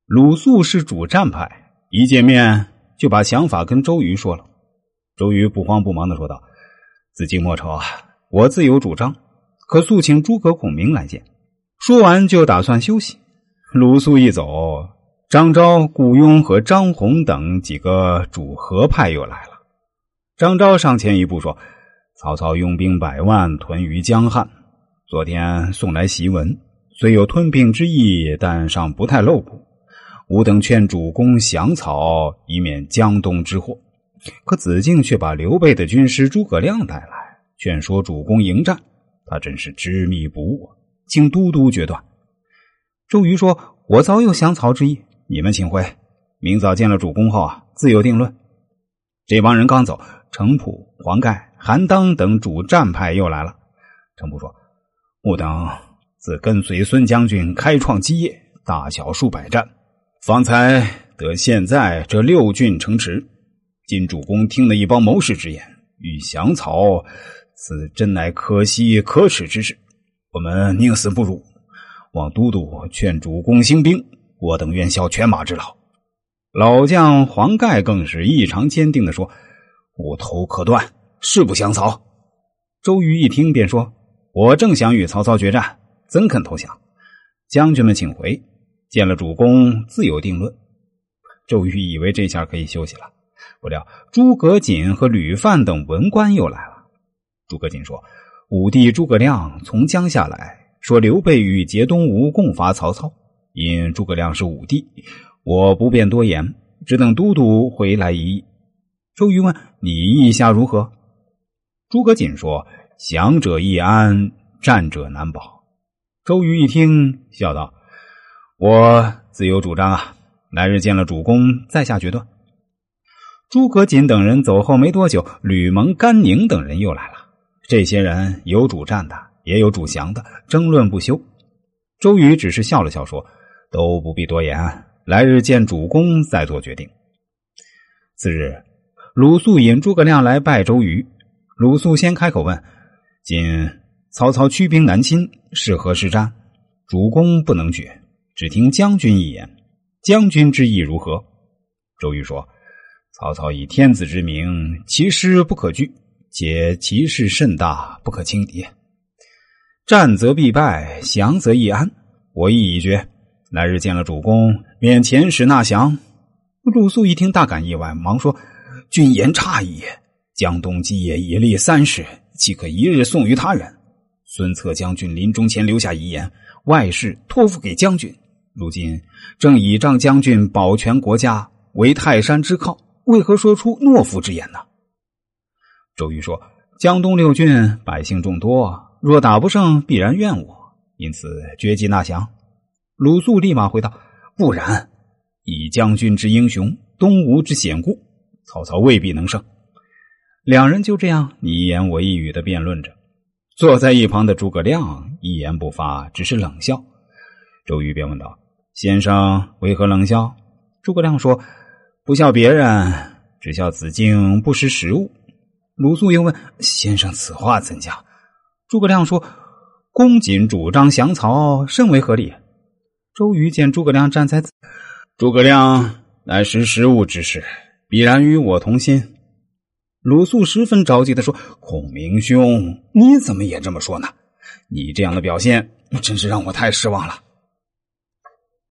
鲁肃是主战派，一见面就把想法跟周瑜说了。周瑜不慌不忙地说道：自敬莫愁啊，我自有主张，可速请诸葛孔明来见。说完就打算休息。鲁肃一走，张昭、顾雍和张宏等几个主和派又来了。张昭上前一步说：曹操用兵100万屯于江汉，昨天送来檄文，虽有吞并之意，但尚不太露骨。吾等劝主公降曹，以免江东之祸。可子敬却把刘备的军师诸葛亮带来，劝说主公迎战，他真是执迷不悟，请都督决断。周瑜说：我早有降曹之意，你们请回，明早见了主公后自有定论。这帮人刚走，程普、黄盖、韩当等主战派又来了。程普说：吾等自跟随孙将军开创基业，大小数百战，方才得现在这6郡城池。今主公听了一帮谋士之言，欲降曹，此真乃可惜可耻之事。我们宁死不辱，望都督劝主公兴兵，我等愿效犬马之劳。老将黄盖更是异常坚定地说：吾头可断，誓不降曹。周瑜一听便说：我正想与曹操决战，怎肯投降？将军们请回，见了主公自有定论。周瑜以为这下可以休息了，不料诸葛瑾和吕范等文官又来了。诸葛瑾说：武帝诸葛亮从江下来，说刘备与节东吴共伐曹操，因诸葛亮是武帝，我不便多言，只等都督回来一议。周瑜问：你意下如何？诸葛瑾说：降者易安，战者难保。周瑜一听笑道：我自有主张啊，来日见了主公再下决断。诸葛瑾等人走后没多久，吕蒙、甘宁等人又来了。这些人有主战的，也有主降的，争论不休。周瑜只是笑了笑说：都不必多言，来日见主公再做决定。次日，鲁肃引诸葛亮来拜周瑜。鲁肃先开口问：今曹操驱兵南侵，是何是战？主公不能决，只听将军一言，将军之意如何？周瑜说：曹操以天子之名，其师不可拒，且其势甚大，不可轻敌。战则必败，降则易安。我意已决，来日见了主公，免遣使纳降。鲁肃一听大感意外，忙说：君言差矣，江东基业已立30，岂可一日送于他人？孙策将军临终前留下遗言，外事托付给将军，如今正倚仗将军保全国家，为泰山之靠，为何说出懦夫之言呢？周瑜说：江东6郡百姓众多，若打不胜必然怨我，因此决计纳降。鲁肃立马回道：不然，以将军之英雄，东吴之险固，曹操未必能胜。两人就这样你一言我一语的辩论着。坐在一旁的诸葛亮一言不发，只是冷笑。周瑜便问道：先生为何冷笑？诸葛亮说：不笑别人，只笑子敬不识时务。鲁肃又问：先生此话怎讲？诸葛亮说：公瑾主张降曹，甚为合理。周瑜见诸葛亮站在诸葛亮乃识时务之士，必然与我同心。鲁肃十分着急地说：孔明兄，你怎么也这么说呢？你这样的表现真是让我太失望了。